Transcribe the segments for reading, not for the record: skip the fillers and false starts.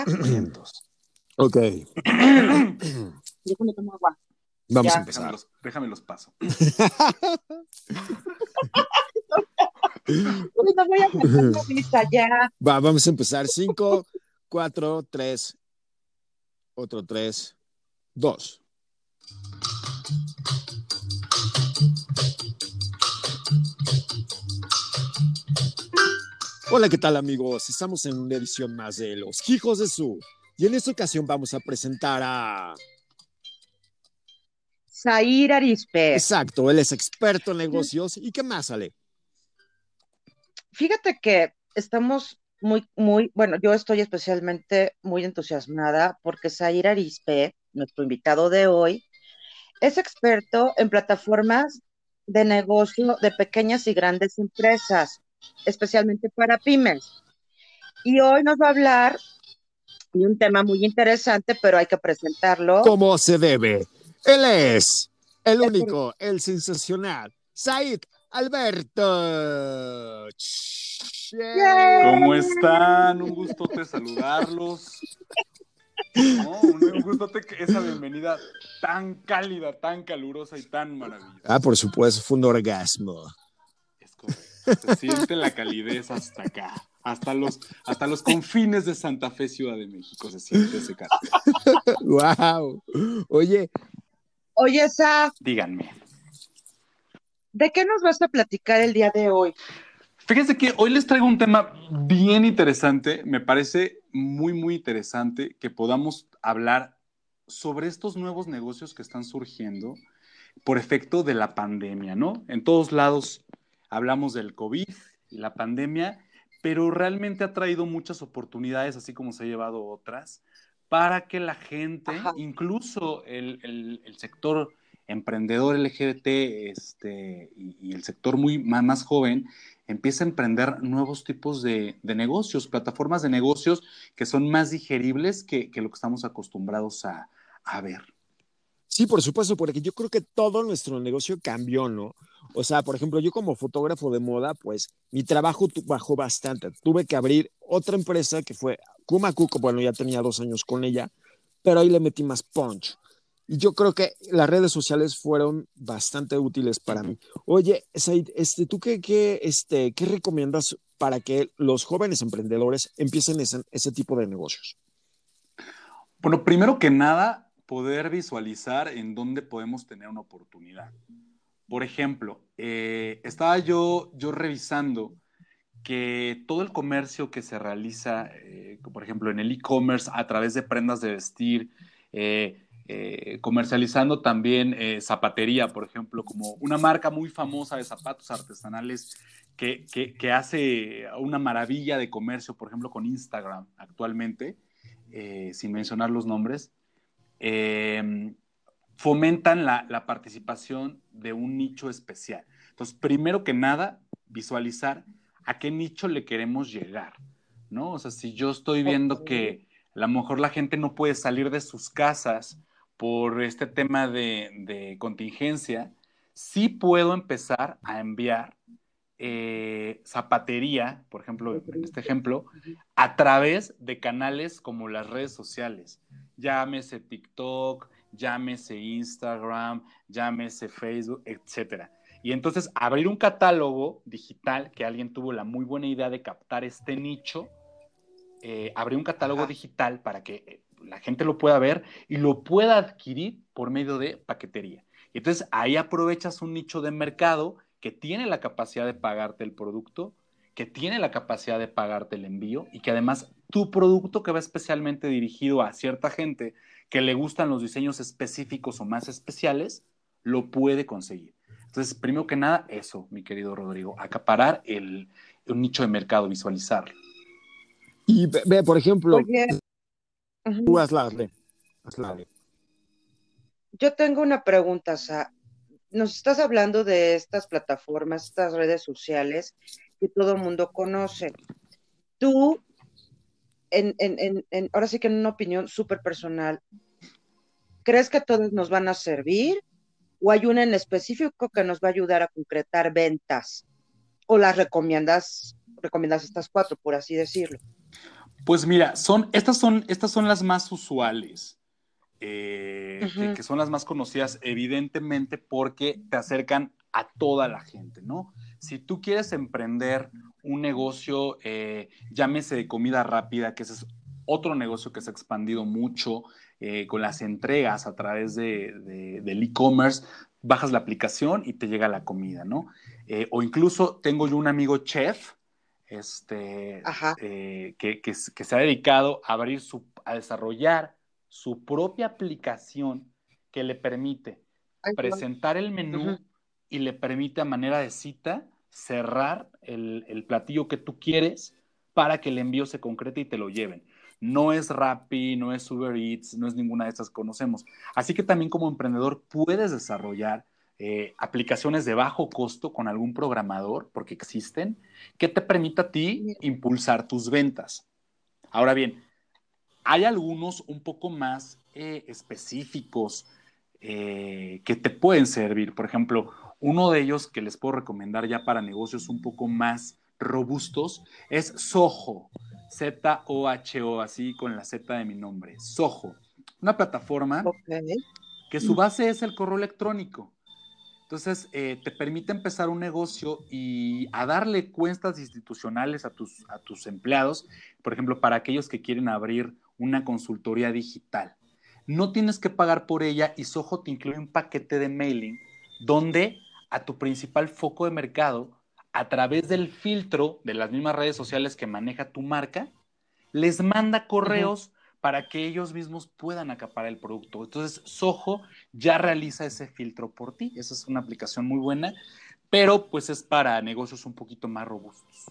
vientos. Ok. Déjame tomar agua. Vamos Ya. a empezar. Déjame los paso. Uy, no voy a matar la risa ya. Vamos a empezar. 5, 4, 3, otro 3, 2. Hola, ¿qué tal, amigos? Estamos en una edición más de Los Hijos de Su. Y en esta ocasión vamos a presentar a... Zair Arizpe. Exacto, él es experto en negocios. ¿Y qué más, Ale? Fíjate que estamos bueno, yo estoy especialmente muy entusiasmada porque Zair Arizpe, nuestro invitado de hoy, es experto en plataformas de negocio de pequeñas y grandes empresas, especialmente para pymes. Y hoy nos va a hablar de un tema muy interesante, pero hay que presentarlo. ¿Cómo se debe? Él es el único, el sensacional, Said Alberto. ¿Cómo están? Un gustote saludarlos. No, un gustote que esa bienvenida tan cálida, tan calurosa y tan maravillosa. Por supuesto, fue un orgasmo. Es correcto. Se siente la calidez hasta acá. Hasta los confines de Santa Fe, Ciudad de México, se siente ese calor. Wow. Oye, Sa, Díganme. ¿de qué nos vas a platicar el día de hoy? Fíjense que hoy les traigo un tema bien interesante. Me parece muy, muy interesante que podamos hablar sobre estos nuevos negocios que están surgiendo por efecto de la pandemia, ¿no? En todos lados hablamos del COVID y la pandemia, pero realmente ha traído muchas oportunidades, así como se ha llevado otras, para que la gente, Ajá. incluso el sector emprendedor LGBT y el sector más joven, empieza a emprender nuevos tipos de negocios, plataformas de negocios que son más digeribles que lo que estamos acostumbrados a ver. sí, por supuesto, porque yo creo que todo nuestro negocio cambió, ¿no? O sea, por ejemplo, yo como fotógrafo de moda, pues mi trabajo bajó bastante. Tuve que abrir otra empresa que fue Kumakuko, bueno, ya tenía 2 años con ella, pero ahí le metí más punch. Y yo creo que las redes sociales fueron bastante útiles para mí. Oye, Said, ¿tú qué recomiendas para que los jóvenes emprendedores empiecen ese tipo de negocios? Bueno, primero que nada, poder visualizar en dónde podemos tener una oportunidad. Por ejemplo, estaba yo revisando que todo el comercio que se realiza, por ejemplo, en el e-commerce a través de prendas de vestir, comercializando también zapatería, por ejemplo, como una marca muy famosa de zapatos artesanales que hace una maravilla de comercio, por ejemplo, con Instagram actualmente, sin mencionar los nombres, fomentan la participación de un nicho especial. Entonces, primero que nada, visualizar a qué nicho le queremos llegar, ¿no? O sea, si yo estoy viendo que a lo mejor la gente no puede salir de sus casas por este tema de contingencia, sí puedo empezar a enviar zapatería, por ejemplo, en este ejemplo, a través de canales como las redes sociales. Llámese TikTok, llámese Instagram, llámese Facebook, etcétera. Y entonces abrir un catálogo digital, que alguien tuvo la muy buena idea de captar este nicho, abrir un catálogo digital para que la gente lo pueda ver y lo pueda adquirir por medio de paquetería. Y entonces ahí aprovechas un nicho de mercado que tiene la capacidad de pagarte el producto, que tiene la capacidad de pagarte el envío y que además tu producto que va especialmente dirigido a cierta gente que le gustan los diseños específicos o más especiales, lo puede conseguir. Entonces, primero que nada, eso, mi querido Rodrigo, acaparar un nicho de mercado, visualizarlo. Y ve, por ejemplo, Oye, tú hazla. yo tengo una pregunta, Sa. Nos estás hablando de estas plataformas, estas redes sociales que todo el mundo conoce. Tú, ahora sí que en una opinión súper personal, ¿crees que todos nos van a servir o hay una en específico que nos va a ayudar a concretar ventas? ¿O las recomiendas estas cuatro, por así decirlo? Pues mira, estas son las más usuales, Ujú. que son las más conocidas, evidentemente, porque te acercan a toda la gente, ¿no? Si tú quieres emprender un negocio, llámese de comida rápida, que ese es otro negocio que se ha expandido mucho con las entregas a través del e-commerce, bajas la aplicación y te llega la comida, ¿no? O incluso tengo yo un amigo chef, Ajá. que se ha dedicado a desarrollar su propia aplicación que le permite Ay, guau. presentar el Ujú. menú y le permite a manera de cita cerrar el platillo que tú quieres para que el envío se concrete y te lo lleven. No es Rappi, no es Uber Eats, no es ninguna de estas que conocemos. Así que también como emprendedor puedes desarrollar aplicaciones de bajo costo con algún programador, porque existen, que te permita a ti Mira. impulsar tus ventas. Ahora bien, hay algunos un poco más específicos que te pueden servir. Por ejemplo, uno de ellos que les puedo recomendar ya para negocios un poco más robustos es Zoho, Zoho, así con la Z de mi nombre, Zoho, una plataforma Ok. que su base es el correo electrónico. Entonces, te permite empezar un negocio y a darle cuentas institucionales a tus empleados, por ejemplo, para aquellos que quieren abrir una consultoría digital. No tienes que pagar por ella y Soho te incluye un paquete de mailing donde a tu principal foco de mercado, a través del filtro de las mismas redes sociales que maneja tu marca, les manda Ujú. correos para que ellos mismos puedan acaparar el producto. Entonces, Soho ya realiza ese filtro por ti. Esa es una aplicación muy buena, pero pues es para negocios un poquito más robustos.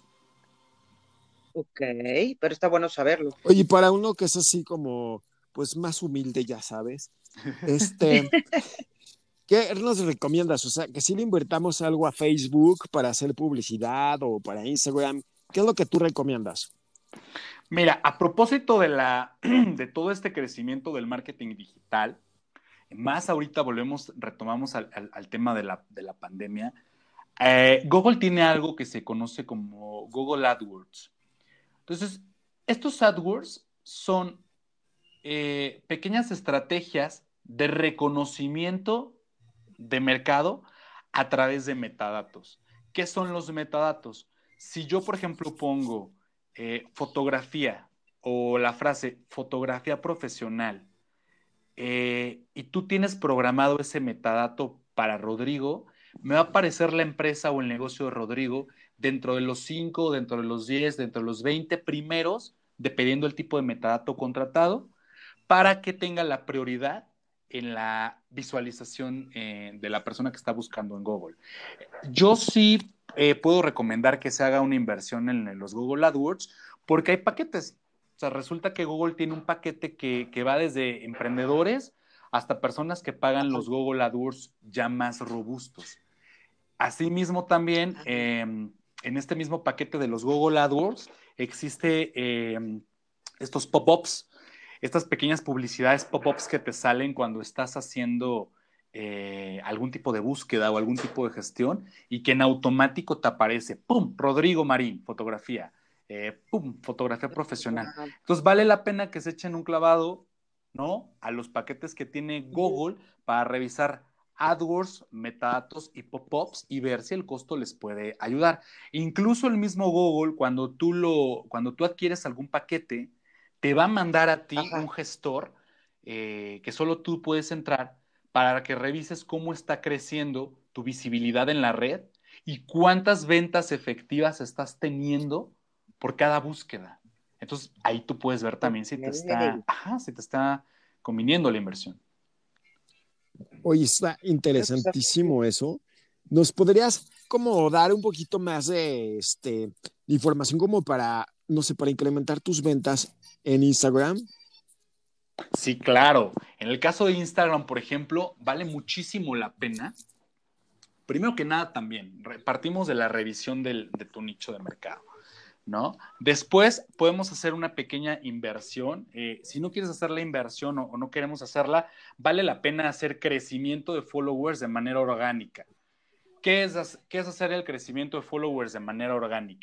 Ok, pero está bueno saberlo. Oye, para uno que es así como, pues más humilde, ya sabes, este, ¿qué nos recomiendas? O sea, que si le invertamos algo a Facebook para hacer publicidad o para Instagram, ¿qué es lo que tú recomiendas? Mira, a propósito de todo este crecimiento del marketing digital, más ahorita retomamos al tema de la pandemia. Google tiene algo que se conoce como Google AdWords. Entonces, estos AdWords son pequeñas estrategias de reconocimiento de mercado a través de metadatos. ¿Qué son los metadatos? Si yo, por ejemplo, pongo fotografía o la frase fotografía profesional y tú tienes programado ese metadato para Rodrigo, me va a aparecer la empresa o el negocio de Rodrigo dentro de los 5, dentro de los 10, dentro de los 20 primeros, dependiendo del tipo de metadato contratado, para que tenga la prioridad en la visualización de la persona que está buscando en Google. Yo sí puedo recomendar que se haga una inversión en los Google AdWords porque hay paquetes. O sea, resulta que Google tiene un paquete que va desde emprendedores hasta personas que pagan Ajá. los Google AdWords ya más robustos. Asimismo, también Ah, en este mismo paquete de los Google AdWords existe estos pop-ups, estas pequeñas publicidades pop-ups que te salen cuando estás haciendo algún tipo de búsqueda o algún tipo de gestión y que en automático te aparece, ¡pum! Rodrigo Marín, fotografía, ¡pum! Fotografía profesional. guau. Entonces vale la pena que se echen un clavado, ¿no? A los paquetes que tiene Ujú. Google para revisar AdWords, metadatos y pop-ups y ver si el costo les puede ayudar. Incluso el mismo Google, cuando tú adquieres algún paquete, te va a mandar a ti un Ajá. gestor que solo tú puedes entrar para que revises cómo está creciendo tu visibilidad en la red y cuántas ventas efectivas estás teniendo por cada búsqueda. Entonces, ahí tú puedes ver Ok. también si te está conviniendo la inversión. Oye, está Pues está súper. interesantísimo eso. ¿Nos podrías como dar un poquito más de información como para, no sé, para incrementar tus ventas en Instagram? Sí, claro. En el caso de Instagram, por ejemplo, vale muchísimo la pena. Primero que nada, también, partimos de la revisión de tu nicho de mercado, ¿no? Después podemos hacer una pequeña inversión. Si no quieres hacer la inversión o no queremos hacerla, vale la pena hacer crecimiento de followers de manera orgánica. ¿Qué es hacer el crecimiento de followers de manera orgánica?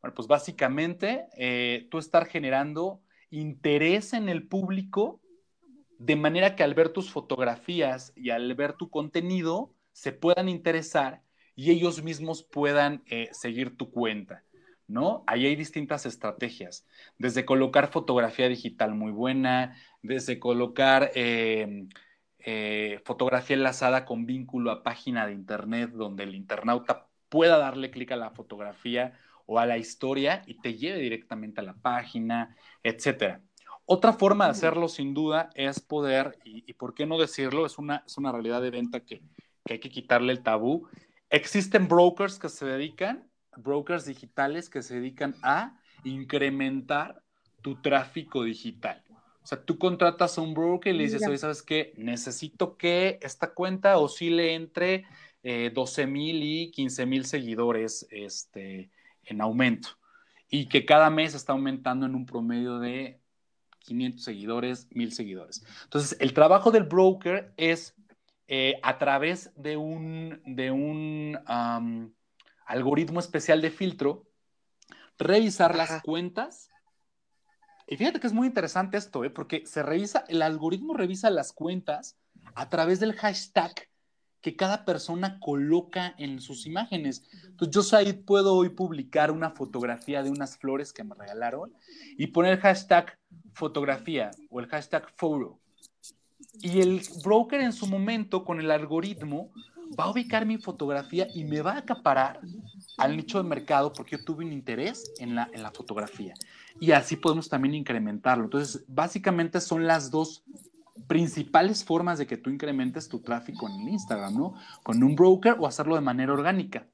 Bueno, pues básicamente tú estar generando interés en el público de manera que al ver tus fotografías y al ver tu contenido se puedan interesar y ellos mismos puedan seguir tu cuenta, ¿no? Ahí hay distintas estrategias, desde colocar fotografía digital muy buena, desde colocar fotografía enlazada con vínculo a página de internet donde el internauta pueda darle clic a la fotografía o a la historia y te lleve directamente a la página, etcétera. Otra forma de hacerlo, sin duda, es poder, y por qué no decirlo, es una realidad de venta que hay que quitarle el tabú. Existen brokers digitales que se dedican a incrementar tu tráfico digital. O sea, tú contratas a un broker y le dices, oye, ¿sabes qué? Necesito que esta cuenta oscile entre 12,000 y 15,000 seguidores en aumento. Y que cada mes está aumentando en un promedio de 500 seguidores, 1,000 seguidores. Entonces, el trabajo del broker es a través de un algoritmo especial de filtro, revisar las cuentas. Y fíjate que es muy interesante esto, porque el algoritmo revisa las cuentas a través del hashtag que cada persona coloca en sus imágenes. Entonces yo ahí puedo hoy publicar una fotografía de unas flores que me regalaron y poner el hashtag fotografía o el hashtag photo. Y el broker en su momento con el algoritmo va a ubicar mi fotografía y me va a acaparar al nicho de mercado porque yo tuve un interés en la fotografía. Y así podemos también incrementarlo. Entonces, básicamente son las dos principales formas de que tú incrementes tu tráfico en el Instagram, ¿no? Con un broker o hacerlo de manera orgánica.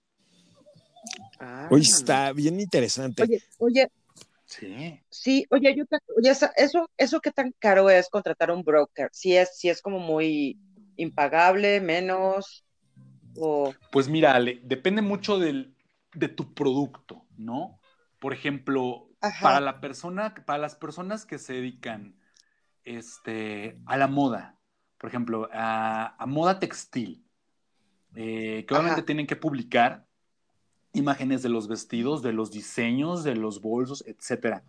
Hoy está bien interesante. Oye. Sí, oye, eso qué tan caro es contratar un broker. Si es como muy impagable, menos, o... Pues mira, Ale, depende mucho de tu producto, ¿no? Por ejemplo, para las personas que se dedican a la moda, por ejemplo, a moda textil, que obviamente tienen que publicar imágenes de los vestidos, de los diseños, de los bolsos, etcétera.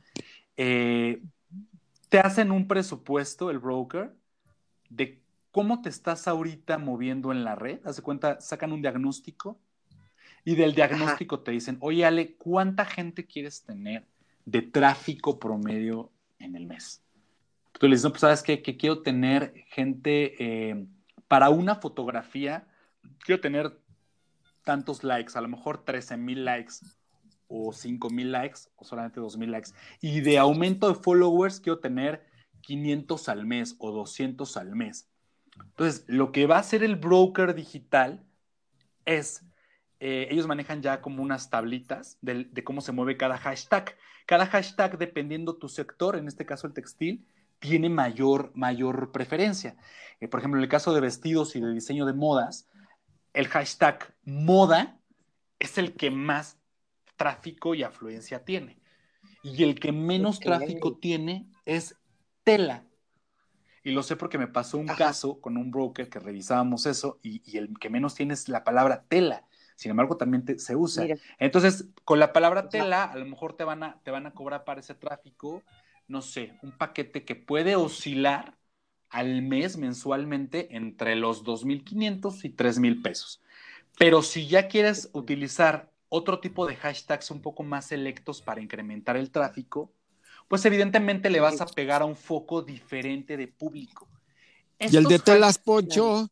Te hacen un presupuesto, el broker, de cómo te estás ahorita moviendo en la red. Haz de cuenta, sacan un diagnóstico y del diagnóstico te dicen, oye, Ale, ¿cuánta gente quieres tener de tráfico promedio en el mes? Tú le dices, no, pues sabes qué, que quiero tener gente para una fotografía, quiero tener tantos likes, a lo mejor 13,000 likes o 5,000 likes o solamente 2,000 likes. Y de aumento de followers quiero tener 500 al mes o 200 al mes. Entonces, lo que va a hacer el broker digital es, ellos manejan ya como unas tablitas de cómo se mueve cada hashtag. Cada hashtag, dependiendo tu sector, en este caso el textil, tiene mayor preferencia. Por ejemplo, en el caso de vestidos y de diseño de modas, el hashtag moda es el que más tráfico y afluencia tiene. Y el que menos tráfico tiene es tela. Y lo sé porque me pasó un caso con un broker que revisábamos eso y el que menos tiene es la palabra tela. Sin embargo, también se usa. Mira. Entonces, con la palabra tela, a lo mejor te van a cobrar para ese tráfico, no sé, un paquete que puede oscilar al mes mensualmente entre los 2,500 y 3,000 pesos. Pero si ya quieres utilizar otro tipo de hashtags un poco más selectos para incrementar el tráfico, pues evidentemente le vas a pegar a un foco diferente de público. Y el de telas poncho,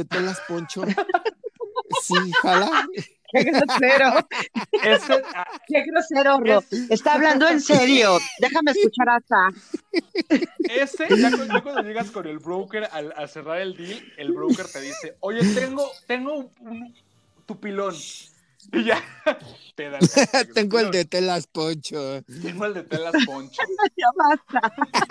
sí, jala. ¡Qué grosero! ¡Qué grosero, Ro! Está hablando en serio. Déjame escuchar hasta. Ya cuando llegas con el broker a cerrar el deal, el broker te dice, oye, tengo tu pilón. Y ya te da el Tengo el de telas poncho. Tengo el de telas poncho. Ya basta.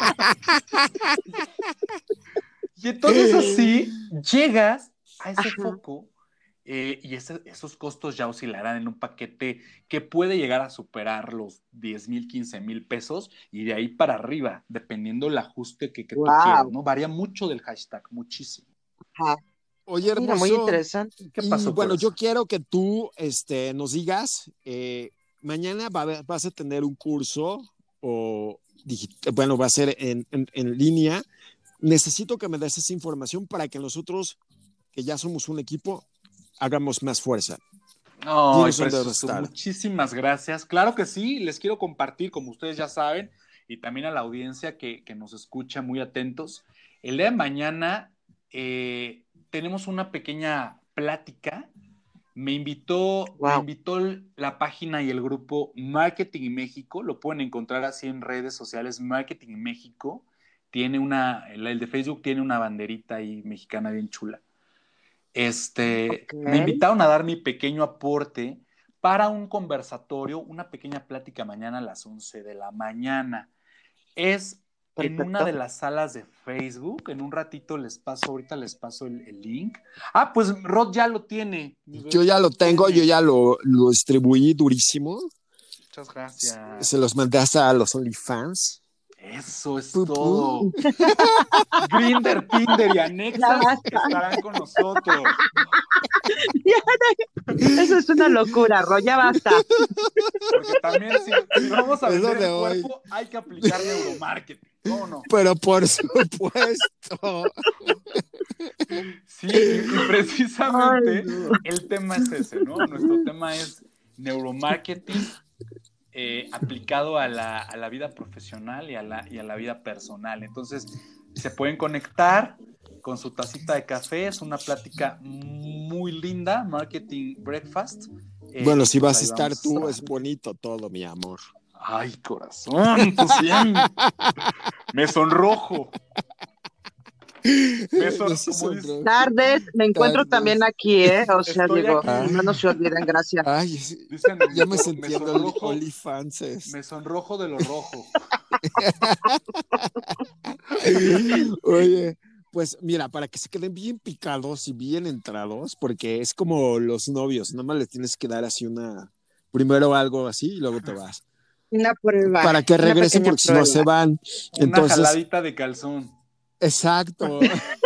Y entonces así llegas a ese foco y esos costos ya oscilarán en un paquete que puede llegar a superar los 10,000, 15,000 pesos y de ahí para arriba, dependiendo el ajuste que tú quieras, ¿no? Varía mucho del hashtag, muchísimo. Oye, hermoso. Mira, muy interesante. ¿Qué pasó? Y bueno, yo quiero que tú nos digas mañana vas a tener un curso o bueno, va a ser en línea. Necesito que me des esa información para que nosotros, que ya somos un equipo, hagamos más fuerza. Ay, precioso, muchísimas gracias. Claro que sí, les quiero compartir, como ustedes ya saben, y también a la audiencia que nos escucha muy atentos. El día de mañana tenemos una pequeña plática. Me invitó la página y el grupo Marketing México, lo pueden encontrar así en redes sociales, Marketing México. Tiene el de Facebook tiene una banderita ahí mexicana bien chula. Me invitaron a dar mi pequeño aporte para un conversatorio, una pequeña plática mañana a las 11 de la mañana. Es en una de las salas de Facebook. En un ratito ahorita les paso el link. Ah, pues Rod ya lo tiene. Yo ya lo tengo, yo ya lo distribuí durísimo. Muchas gracias. Se los mandé hasta a los OnlyFans. Eso es todo. Grindr, Tinder y Anexa estarán con nosotros. Eso es una locura, Ro, ya basta. Porque también si vamos a vender el cuerpo, hay que aplicar neuromarketing. ¿Cómo no? Pero por supuesto. Sí, y precisamente el tema es ese, ¿no? Nuestro tema es neuromarketing aplicado a la vida profesional y a la vida personal. Entonces, se pueden conectar con su tacita de café. Es una plática muy linda, Marketing Breakfast. Bueno, si vas a estar tú, es bonito todo, mi amor. Ay, corazón, tú siempre. Me sonrojo. Tardes, me encuentro también aquí, o sea, digo, no nos se olviden, gracias. Ay, dicen, ya me sentí en OnlyFans. Me sonrojo de lo rojo. Oye, pues mira, para que se queden bien picados y bien entrados, porque es como los novios, nada más les tienes que dar así primero algo así y luego te vas. Una prueba. Para que regresen, porque si no se van. Una jaladita de calzón. Exacto.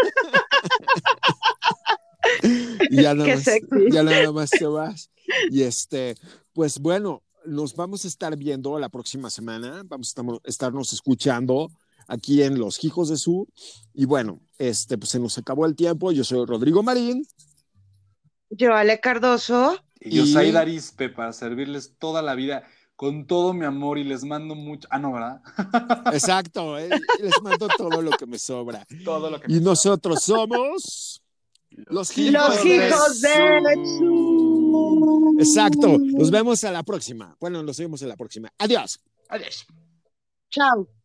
Y ya nada más te vas. Y pues bueno, nos vamos a estar viendo la próxima semana. Vamos a estarnos escuchando aquí en Los Hijos de Su. Y bueno, pues se nos acabó el tiempo. Yo soy Rodrigo Marín. Yo, Ale Cardoso. Y yo, Said Arispe, para servirles toda la vida con todo mi amor, y les mando mucho. Ah, no, ¿verdad? Exacto, les mando todo lo que me sobra. Todo lo que y nosotros somos los hijos de Su. Exacto, nos vemos a la próxima. Bueno, nos vemos en la próxima. Adiós. Adiós. Chao.